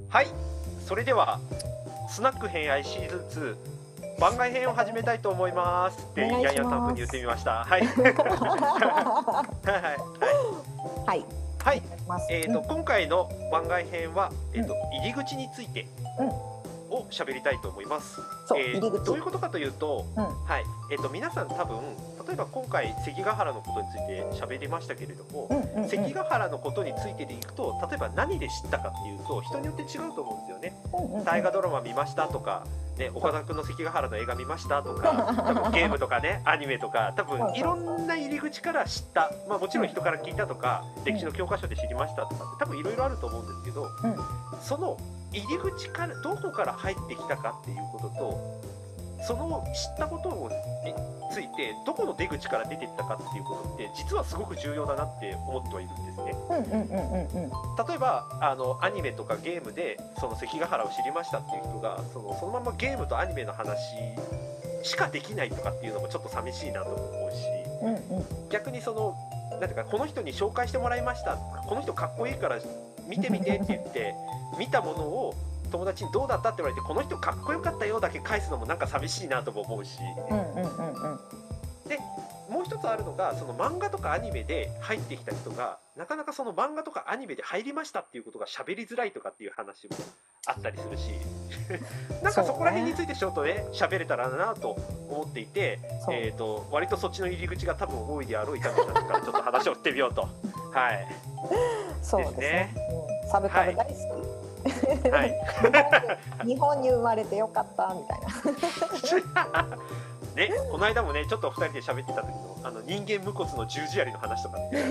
はい、それではスナック偏愛シーズン2番外編を始めたいと思いますってお願いします。 ヤンヤンさん風に言ってみました。はいはいはいはい。 はい。 ます。 今回の番外編は、入り口についてうんを喋りたいと思います。 そう入り口どういうことかというと、 うんはい。皆さん多分例えば今回関ヶ原のことについて喋りましたけれども、関ヶ原のことについてでいくと、例えば何で知ったかっていうと人によって違うと思うんですよね。大河ドラマ見ましたとか、ね、岡田君の関ヶ原の映画見ましたとか、多分ゲームとかね、アニメとか、多分いろんな入り口から知った、まあもちろん人から聞いたとか、歴史の教科書で知りましたとかって多分いろいろあると思うんですけど、その入り口からどこから入ってきたかっていうことと、その知ったことについてどこの出口から出ていったかっていうことって実はすごく重要だなって思ってはいるんですね。例えばアニメとかゲームでその関ヶ原を知りましたっていう人がそのままゲームとアニメの話しかできないとかっていうのもちょっと寂しいなと思うし、逆になんていうか、この人に紹介してもらいました、この人かっこいいから見てみてって言って見たものを友達にどうだったって言われて、この人かっこよかったよだけ返すのもなんか寂しいなとも思うし、でもう一つあるのが、その漫画とかアニメで入ってきた人がなかなかその漫画とかアニメで入りましたっていうことが喋りづらいとかっていう話もあったりするしなんかそこら辺についてちょっとね喋れたらなと思っていて、割とそっちの入り口が多分多いであろう伊丹さんからちょっと話を振ってみようと。はいそうですね。サブカル大好き。 はい、 日本に生まれてよかったみたいなね、この間もねちょっと2人で喋ってた時の人間無骨の十字槍の話とかね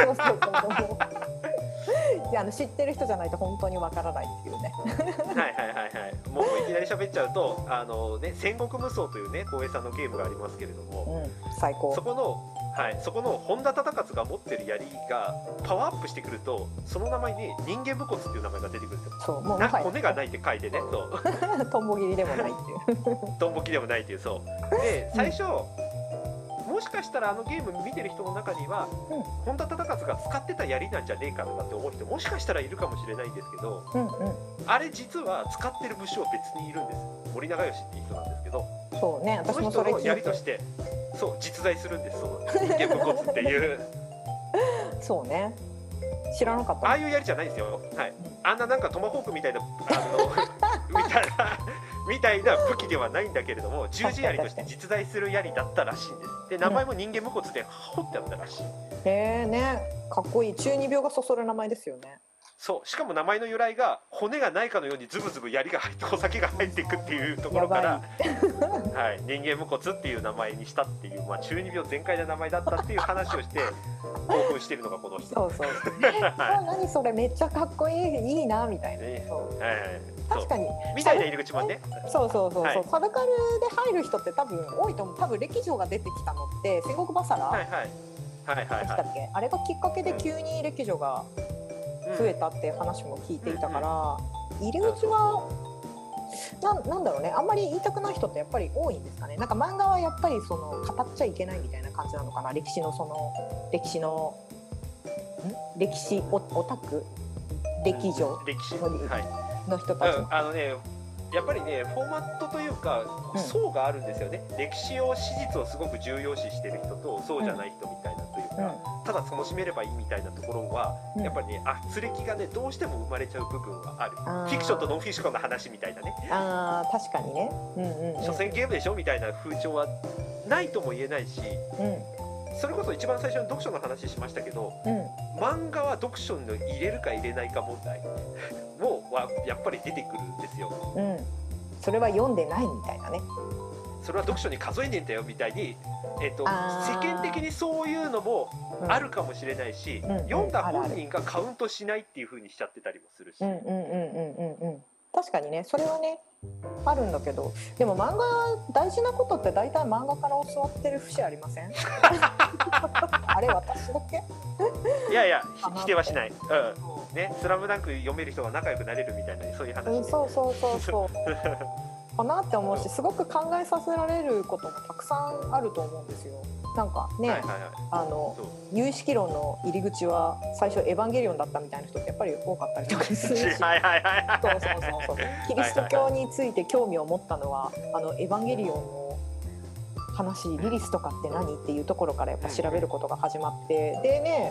いや知ってる人じゃないと本当にわからないっていうねもういきなり喋っちゃうと戦国無双というね光栄さんのゲームがありますけれども、 最高。そこの本田忠勝が持ってる槍がパワーアップしてくると、その名前に人間無骨っていう名前が出てくるんですよ。 そう、もう骨がないって書いてね、そうトンボ切りでもないっていうトンボ切りでもないっていう、そうで最初、もしかしたらあのゲーム見てる人の中には、本田忠勝が使ってた槍なんじゃねえかとかって思う人もしかしたらいるかもしれないんですけど、あれ実は使ってる武将別にいるんです。森長吉っていう人なんですけど、 そうね、私もそれ聞いて、 その人の槍としてそう実在するんです。その人間無骨っていうそうね、知らなかった。 ああいう槍じゃないんですよ。はい、あんななんかトマホークみたいなみたいな武器ではないんだけれども、十字槍として実在する槍だったらしいんです。で名前も人間無骨で掘ってあったらしい。 へえね、かっこいい。中二病がそそる名前ですよね。 そう、しかも名前の由来が骨がないかのようにズブズブ槍が入ってお酒が入っていくっていうところからはい、人間無骨っていう名前にしたっていう、中二病全開な名前だったっていう話をして興奮してるのがこの人。 そう何それめっちゃかっこいい、いいなみたいな、確かにみたいな入り口もね、 そうサブカルで入る人って多分多いと思う。多分歴女が出てきたのって戦国バサラあれがきっかけで急に歴女が増えたっていう話も聞いていたから、入り口はなんだろうね、あんまり言いたくない人ってやっぱり多いんですかね。なんか漫画はやっぱり語っちゃいけないみたいな感じなのかな。歴史オタク、歴女の人たちやっぱりね、フォーマットというか層があるんですよね。歴史を史実をすごく重要視してる人とそうじゃない人みたいなというか、ただ楽しめればいいみたいなところはやっぱりね、圧力がねどうしても生まれちゃう部分はある。フィクションとノンフィクションの話みたいなね。 確かにね。 所詮ゲームでしょみたいな風潮はないとも言えないし、それこそ一番最初に読書の話しましたけど、漫画は読書に入れるか入れないか問題もやっぱり出てくるんですよ。 それは読んでないみたいなね。 それは読書に数えねえんだよみたいに、世間的にそういうのもあるかもしれないし、読んだ本人がカウントしないっていう風にしちゃってたりもするし。 確かにね、それはねあるんだけど、でも漫画大事なことって大体漫画から教わってる節ありません？あれ私だけ？ いやいや否定はしない。ね、スラムダンク読める人が仲良くなれるみたいなそういう話、ね。 そうかなって思うし、すごく考えさせられることもたくさんあると思うんですよ。 なんかね、有意識論の入り口は最初エヴァンゲリオンだったみたいな人ってやっぱり多かったりとかするし、キリスト教について興味を持ったのはエヴァンゲリオンの話、リリスとかって何っていうところからやっぱ調べることが始まって、でね、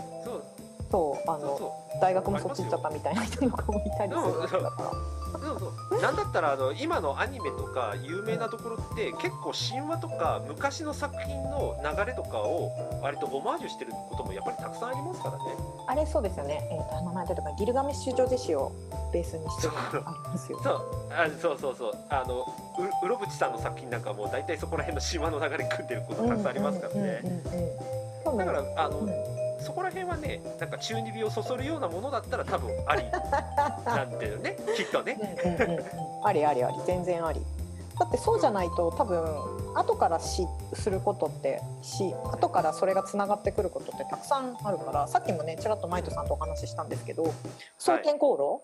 大学もそっち行っちゃったみたいな人とかもいたりするわけだから。 なんだったら今のアニメとか有名なところって結構神話とか昔の作品の流れとかを割とオマージュしてることもやっぱりたくさんありますからね。 あれそうですよね、名前とかギルガメッシュ女子誌をベースにしてるのがありますよ。 そううろぶちさんの作品なんかも大体そこら辺の神話の流れ組んでることたくさんありますからね。だからそこら辺はね、なんか中二病をそそるようなものだったら多分ありなんだよねきっとね。 あり全然あり。だってそうじゃないと多分後からすることって後からそれがつながってくることってたくさんあるから、さっきもねちらっとマイトさんとお話ししたんですけど、蒼天航路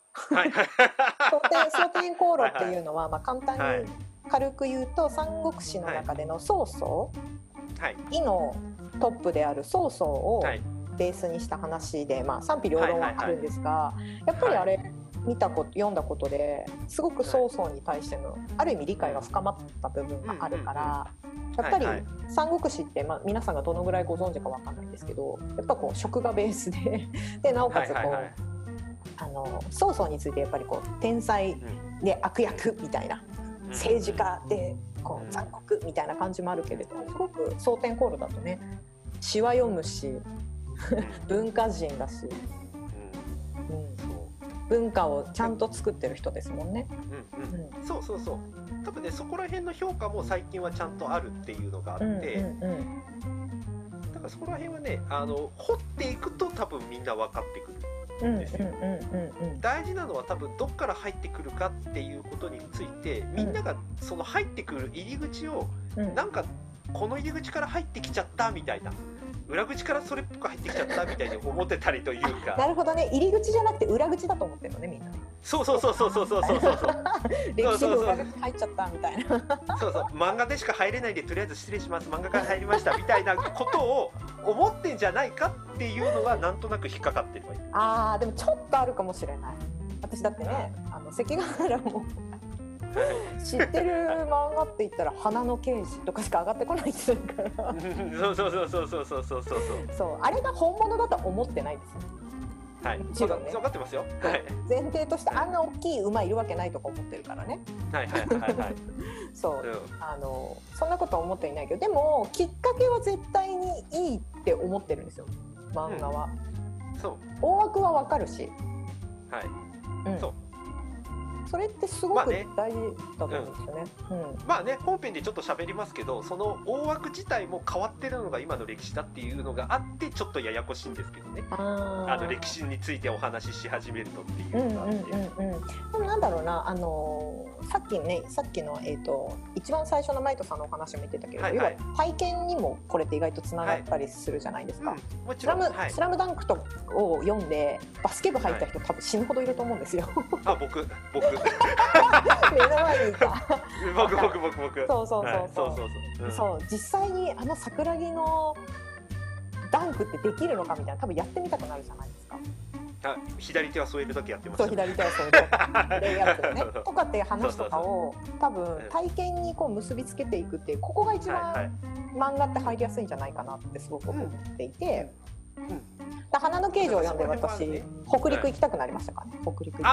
蒼天航路っていうのは、簡単に軽く言うと三国志の中での曹操、魏のトップである曹操をベースにした話で、賛否両論はあるんですが、やっぱりあれ読んだことですごく曹操に対してのある意味理解が深まった部分があるから、やっぱり三国志って、皆さんがどのぐらいご存知かわかんないんですけど、やっぱ食がベースでなおかつ曹操についてやっぱり天才で悪役みたいな、政治家で残酷みたいな感じもあるけれど、すごく蒼天航路だとね、詩は読むし文化人だし、文化をちゃんと作ってる人ですもんね。 そう多分ね、そこら辺の評価も最近はちゃんとあるっていうのがあって、だからそこら辺はね掘っていくと多分みんな分かってくるんですよ。大事なのは多分どっから入ってくるかっていうことについて、みんながその入ってくる入り口を、なんかこの入り口から入ってきちゃったみたいな、裏口からそれっぽく入ってきちゃったみたいに思ってたりというかなるほどね、入り口じゃなくて裏口だと思ってるのね、みんなね。 そう歴史の裏口入っちゃったみたいな漫画でしか入れないんでとりあえず失礼します、漫画から入りましたみたいなことを思ってんじゃないかっていうのがなんとなく引っかかってるわけ。 でもちょっとあるかもしれない。私だってね、関ヶ原も知ってる漫画って言ったら花の刑事とかしか上がってこない人だからそうあれが本物だとは思ってないですよ。 もちろんね、分かってますよ。 前提としてあんな大きい馬いるわけないとか思ってるからね。そうそんなことは思っていないけど、でもきっかけは絶対にいいって思ってるんですよ、漫画は。大枠は分かるし、それってすごく大事だと思うんですよね。 本編でちょっと喋りますけど、その大枠自体も変わってるのが今の歴史だっていうのがあってちょっとややこしいんですけどね。歴史についてお話しし始めるとっていうのがあって、 でもなんだろうな、さっきの一番最初のマイトさんのお話も言ってたけど、要は体験にもこれって意外とつながったりするじゃないですか。スラムダンクを読んでバスケ部入った人多分死ぬほどいると思うんですよ。僕目の前にいた僕そう実際に桜木のダンクってできるのかみたいな、多分やってみたくなるじゃないですか。 左手は添えるだけやってました。 左手は添えるレイアップねとかって話とかを多分体験に結びつけていくっていう、ここが一番漫画って入りやすいんじゃないかなってすごく思っていて、花の刑事を読んで私北陸行きたくなりましたからね。北陸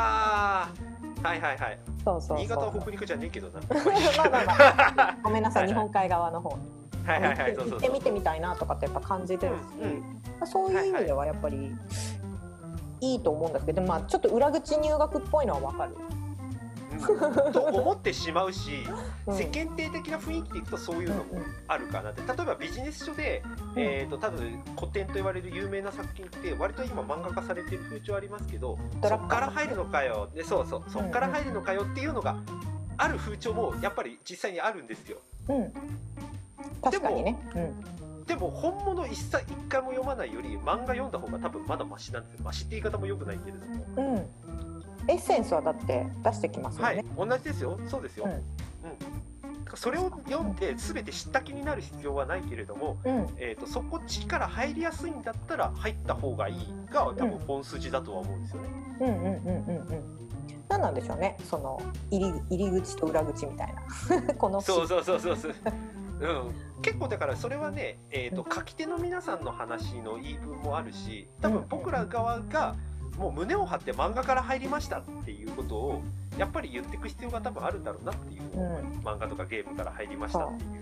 新潟は北陸じゃねえけどなごめんなさい、日本海側の方に行ってみてみたいなとかってやっぱ感じてるし、そういう意味ではやっぱりいいと思うんですけど、ちょっと裏口入学っぽいのは分かると思ってしまうし、世間体的な雰囲気でいくとそういうのもあるかなって。例えばビジネス書で、多分古典と言われる有名な作品って割と今漫画化されてる風潮ありますけど、そっから入るのかよで、そっから入るのかよっていうのがある風潮もやっぱり実際にあるんですよ。 確かにね。 でも本物一回も読まないより漫画読んだ方が多分まだマシなんですよ。マシって言い方も良くないけれども、エッセンスはだって出してきますよね。 同じですよ。そうですよ。 それを読んで全て知った気になる必要はないけれども、そこっちから入りやすいんだったら入った方がいいが多分本筋だとは思うんですよね。 何なんでしょうね、その入り口と裏口みたいなこのそう、結構だからそれはね、書き手の皆さんの話の言い分もあるし、多分僕ら側がもう胸を張って漫画から入りましたっていうことをやっぱり言っていく必要が多分あるんだろうなっていう、漫画とかゲームから入りましたっていう、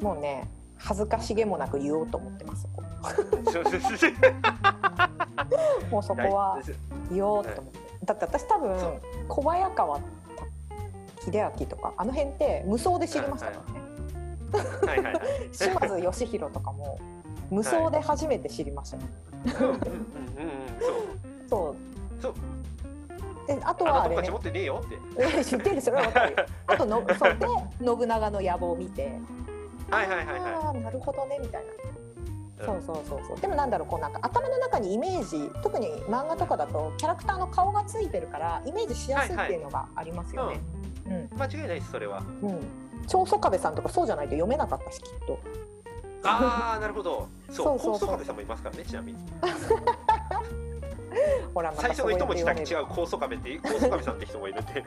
もうね恥ずかしげもなく言おうと思ってます。もうそこは言おうと思って、だって私多分小早川秀明とかあの辺って無双で知りましたからね。島津義弘とかも無双で初めて知りましたね。そうで、あとはあれね、 持ってねえよって知ってる、それは分かるよ。あとのそうで信長の野望を見て、ああなるほどねみたいな。そうでもなんだろう、こうなんか頭の中にイメージ、特に漫画とかだとキャラクターの顔がついてるからイメージしやすいっていうのがありますよね。 間違いないです、それは。 長宗我部さんとかそうじゃないと読めなかったし、きっと。 ああなるほど。そう、長宗我部さんもいますからね、ちなみに。 ほら、 最初の一文字だけ違う長宗我部って、長宗我部さんって人もいるんで。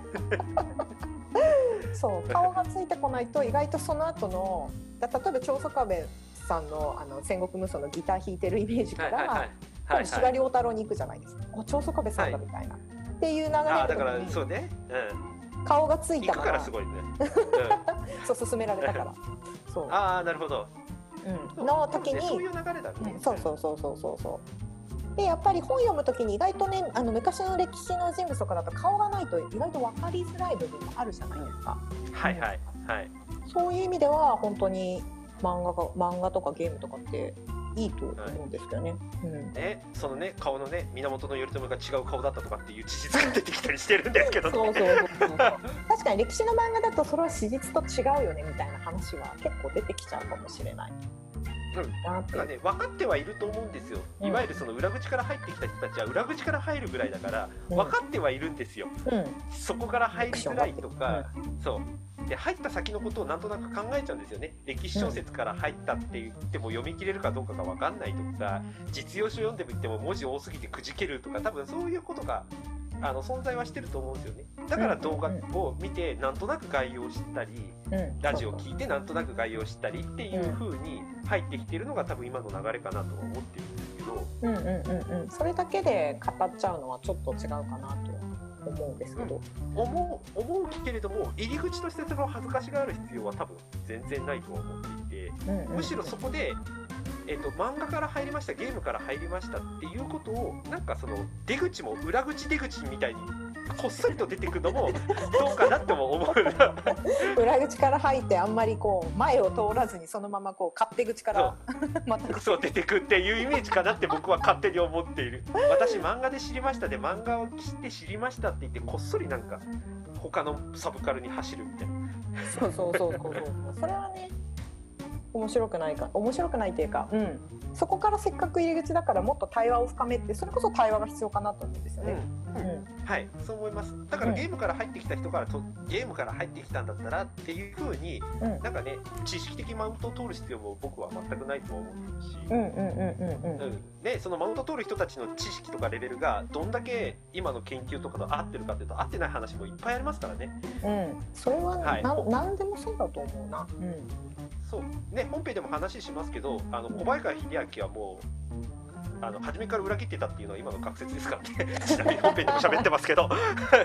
そう顔がついてこないと意外とその後の例えば長宗我部さんの戦国無双のギター弾いてるイメージから司馬遼太郎に行くじゃないですか。長宗我部さんだみたいな、っていう流れで、だからそうね、 顔がついたから、 すごいね。 そう勧められたから。そう。 ああなるほど。 の時にそういう流れだね。 でやっぱり本読むときに意外とね、昔の歴史の人物とかだと顔がないと意外と分かりづらい部分もあるじゃないですか。そういう意味では本当に漫画とかゲームとかっていいと思うんですけどね。 そのね顔のね源頼朝が違う顔だったとかっていう事実が出てきたりしてるんですけどね。確かに歴史の漫画だとそれは史実と違うよねみたいな話は結構出てきちゃうかもしれない。 分かってはいると思うんですよ。いわゆるその裏口から入ってきた人たちは裏口から入るぐらいだから分かってはいるんですよ。そこから入りづらいとか、そうで入った先のことをなんとなく考えちゃうんですよね。歴史小説から入ったって言っても読み切れるかどうかが分かんないとか、実用書読んでみても文字多すぎてくじけるとか、多分そういうことが存在はしてると思うんですよね。だから動画を見てなんとなく概要を知ったり、ラジオを聞いてなんとなく概要を知ったりっていう風に入ってきてるのが多分今の流れかなとは思ってるんですけど、 それだけで語っちゃうのはちょっと違うかなと思うんですけど、 思うけれども入り口としてそれを恥ずかしがる必要は多分全然ないとは思っていて、むしろそこで漫画から入りました、ゲームから入りましたっていうことをなんかその出口も裏口出口みたいにこっそりと出てくのもどうかなっても思うな。 裏口から入ってあんまりこう前を通らずにそのままこう勝手口からそう出てくっていうイメージかなって僕は勝手に思っている。私漫画で知りましたで、漫画を知って知りましたって言ってこっそりなんか他のサブカルに走るみたいな。 そうそれはね面白くないっていうか、そこからせっかく入り口だからもっと対話を深めて、それこそ対話が必要かなと思うんですよね。 はい、そう思います。だからゲームから入ってきた人からゲームから入ってきたんだったらっていう風に、なんかね知識的マウントを通る必要も僕は全くないと思うし、でそのマウントを通る人たちの知識とかレベルがどんだけ今の研究とかと合ってるかっていうと合ってない話もいっぱいありますからね。 それは何でもそうだと思うな。 そうね、本編でも話しますけど、小早川秀明はもう初めから裏切ってたっていうのは今の学説ですからね。ちなみに本編でも喋ってますけど。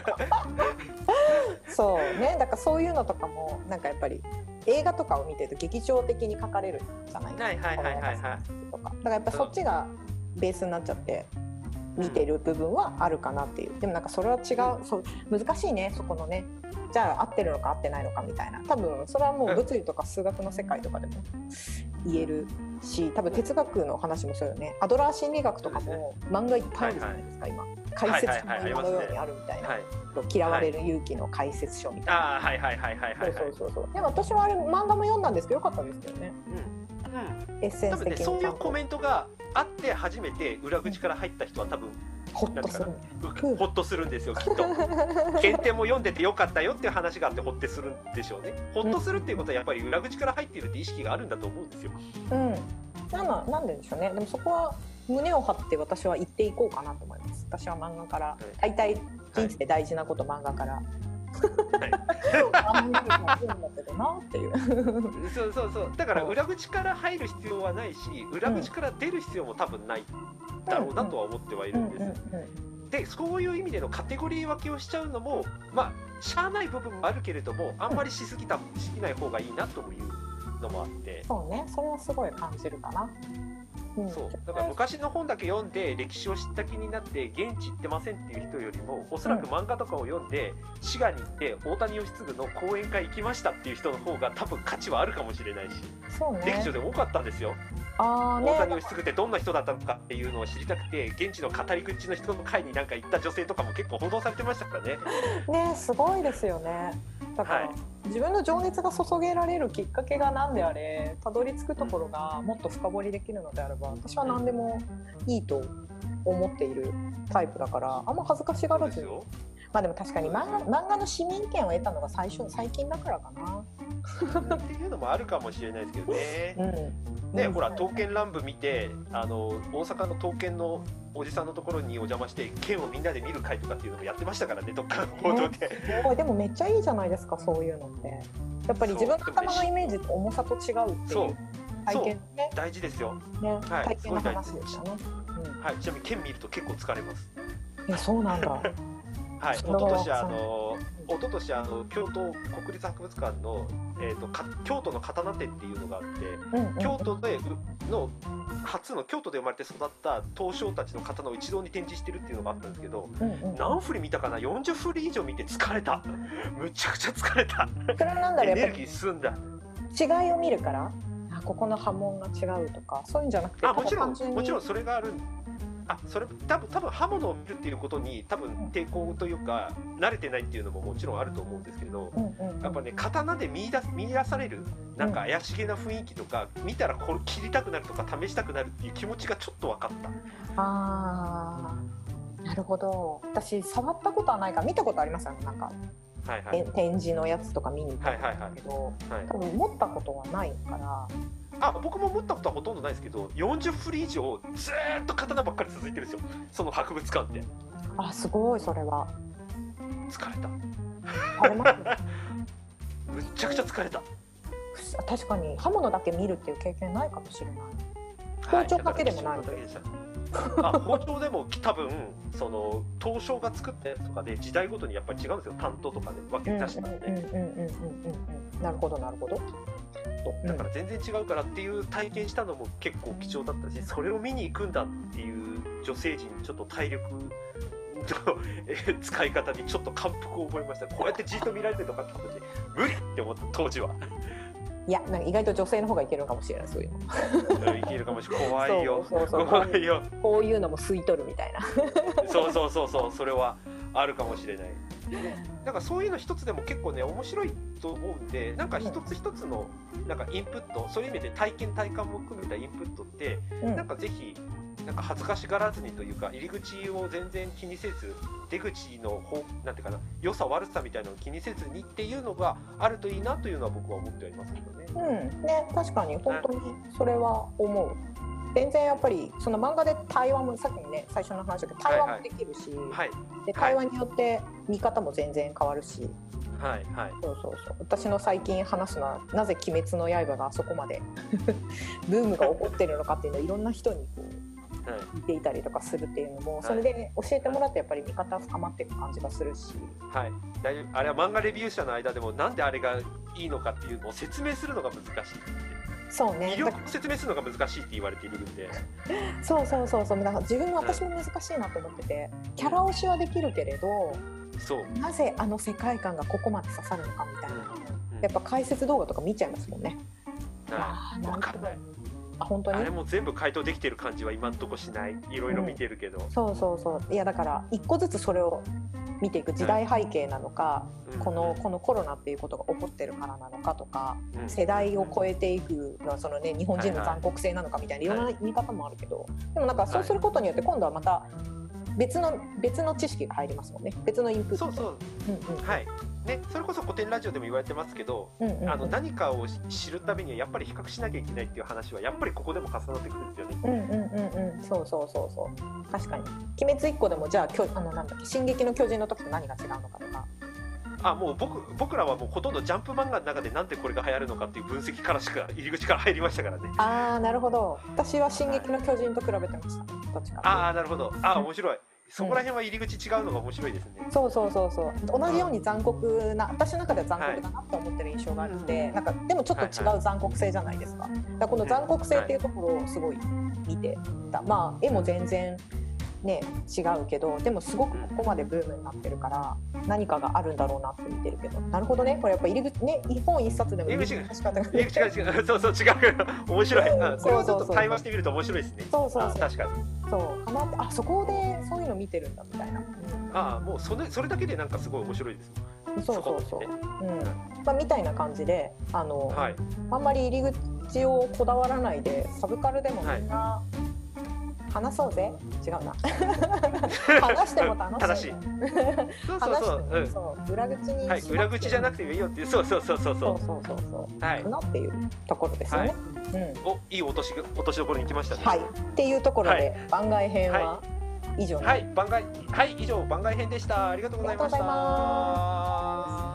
そうね、だからそういうのとかもなんかやっぱり映画とかを見てると劇場的に書かれるじゃないですか。だからやっぱそっちがベースになっちゃって見てる部分はあるかなっていう。でもなんかそれは違う、そう難しいね、そこのね。じゃあ合ってるのか合ってないのかみたいな、多分それはもう物理とか数学の世界とかでも言えるし、多分哲学の話もそうよね。アドラー心理学とかも漫画いっぱいあるじゃないですか、今解説書が今のようにあるみたいな、嫌われる勇気の解説書みたいな。そうでも私はあれ漫画も読んだんですけどよかったですけどね。エッセンス的にそういうコメントがあって初めて裏口から入った人は多分ホッとする、 ホッとするんですよきっと。検定も読んでてよかったよっていう話があってホッてするんでしょうね。ホッとするっていうことはやっぱり裏口から入っているって意識があるんだと思うんですよ。 なんででしょうね。でもそこは胸を張って私は言っていこうかなと思います。私は漫画から、大体人生大事なこと漫画から、あんまり言うんだけどなっていう。 そうだから裏口から入る必要はないし、裏口から出る必要も多分ないだろうなとは思ってはいるんです。でそういう意味でのカテゴリー分けをしちゃうのもしゃあない部分もあるけれども、あんまりしすぎない方がいいなというのもあって、 そうね、それはすごい感じるかな。 そうだから昔の本だけ読んで歴史を知った気になって現地行ってませんっていう人よりも、おそらく漫画とかを読んで滋賀に行って大谷義次の講演会行きましたっていう人の方が多分価値はあるかもしれないし、 そうね、 歴史で多かったんですよ。大谷義次ってどんな人だったのかっていうのを知りたくて、現地の語り口の人の会になんか行った女性とかも結構報道されてましたからね。 ね、すごいですよね。だから、自分の情熱が注げられるきっかけが何であれ、たどり着くところがもっと深掘りできるのであれば、私は何でもいいと思っているタイプだから、あんま恥ずかしがらずに。でも確かに漫画の市民権を得たのが最近だからかなっていうのもあるかもしれないですけどね。ほら刀剣乱舞見て、大阪の刀剣のおじさんのところにお邪魔して剣をみんなで見る会とかっていうのもやってましたからね、どっかの報道で。 でもめっちゃいいじゃないですか、そういうのって。やっぱり自分の頭のイメージと重さと違うっていう体験ね、 大事ですよね。 体験の話でしたね。 ちなみに剣見ると結構疲れます。 そうなんだ。 はい、一昨年京都国立博物館の、京都の刀展っていうのがあって、京都で初の京都で生まれて育った刀匠たちの刀を一堂に展示してるっていうのがあったんですけど、何振り見たかな、40振り以上見て疲れた。むちゃくちゃ疲れた。 それはなんだろう、 エネルギー進んだ。 違いを見るから、ここの刃文が違うとかそういうんじゃなくて、 もちろんそれがある。それ多分刃物を見るっていうことに多分抵抗というか慣れてないっていうのももちろんあると思うんですけど、やっぱね、刀で見出されるなんか怪しげな雰囲気とか、見たらこれ切りたくなるとか試したくなるっていう気持ちがちょっと分かった。 なるほど。私触ったことはないから見たことありますよね、なんか、展示のやつとか見に行ったんだけど、多分持ったことはないから。 僕も持ったことはほとんどないですけど、40振り以上ずーっと刀ばっかり続いてるんですよ、その博物館って。 すごい、それは疲れた。むっちゃくちゃ疲れた。 確かに刃物だけ見るっていう経験ないかもしれない。包丁だけでもないので。 包丁でも多分その刀匠が作ったやつとかで時代ごとにやっぱり違うんですよ、担当とかで分け出したんで。 なるほどなるほど。 だから全然違うからっていう体験したのも結構貴重だったし、それを見に行くんだっていう女性陣にちょっと体力の使い方にちょっと感服を覚えました。こうやってじっと見られてるとかって無理って思った当時は。 いや、なんか意外と女性の方がいけるかもしれない、そういうの。いけるかもしれない。怖いよ。 怖いよ。こういうのも吸い取るみたいな。 そうそれはあるかもしれない。なんかそういうの一つでも結構ね面白いと思うんで、なんか一つ一つのなんかインプット、そういう意味で体感も含めたインプットって、なんかぜひなんか恥ずかしがらずにというか、入り口を全然気にせず、出口のなんていうかな、良さ悪さみたいなのを気にせずにっていうのがあるといいなというのは僕は思っておりますけどね。 確かに本当にそれは思う。全然やっぱりその漫画で対話も、さっきね最初の話だけど対話もできるし、で対話によって見方も全然変わるし、そう私の最近話すのは、なぜ鬼滅の刃があそこまでブームが起こってるのかっていうのをいろんな人にこう見ていたりとかするっていうのも、それで教えてもらってやっぱり見方深まっていく感じがするし、 大丈夫。あれは漫画レビュー者の間でもなんであれがいいのかっていうのを説明するのが難しい。 そうね、 魅力を説明するのが難しいって言われているんで。 そうだから私も難しいなと思ってて、キャラ推しはできるけれど、なぜあの世界観がここまで刺さるのかみたいな、やっぱ解説動画とか見ちゃいますもんね。 分かんない。 本当にあれも全部回答できてる感じは今んとこしない。いろいろ見てるけど、 いやだから一個ずつそれを見ていく、時代背景なのか、このコロナっていうことが起こってるからなのかとか、世代を超えていくのはそのね、日本人の残酷性なのかみたいな、いろんな見方もあるけど、でもなんかそうすることによって今度はまた別の知識が入りますもんね。別のインプット。 そうそう、はいね、それこそ古典ラジオでも言われてますけど、何かを知るためにはやっぱり比較しなきゃいけないっていう話はやっぱりここでも重なってくるんですよね。 そう確かに鬼滅1個でもじゃあなんだっけ進撃の巨人の時と何が違うのかとか、 もう僕らはもうほとんどジャンプ漫画の中でなんでこれが流行るのかっていう分析からしか入り口から入りましたからね。 なるほど。私は進撃の巨人と比べてました、どっちか。 なるほど。面白い。そこら辺は入り口違うのが面白いですね。 そう同じように残酷な、私の中では残酷だなと思ってる印象があるので、なんかでもちょっと違う残酷性じゃないですか。だからこの残酷性っていうところをすごい見てた。絵も全然ね違うけど、でもすごくここまでブームになってるから何かがあるんだろうなって見てるけど、なるほどね。これやっぱ入り口ね、本一冊でも入り口の仕方が違うそう違う面白い。これをちょっと対話してみると面白いですね。 そう確かにそうかなって、そこでそういうの見てるんだみたいな。 もうそれだけでなんかすごい面白いです。 みたいな感じであんまり入り口をこだわらないで、サブカルでもみんな話そうぜ、違うな話しても楽しい裏口に裏口じゃなくていいよっていう、そうかなっていうところですよね。 いい落としどころに来ましたね。 はい、っていうところで番外編は以上。 以上番外編でした。ありがとうございました。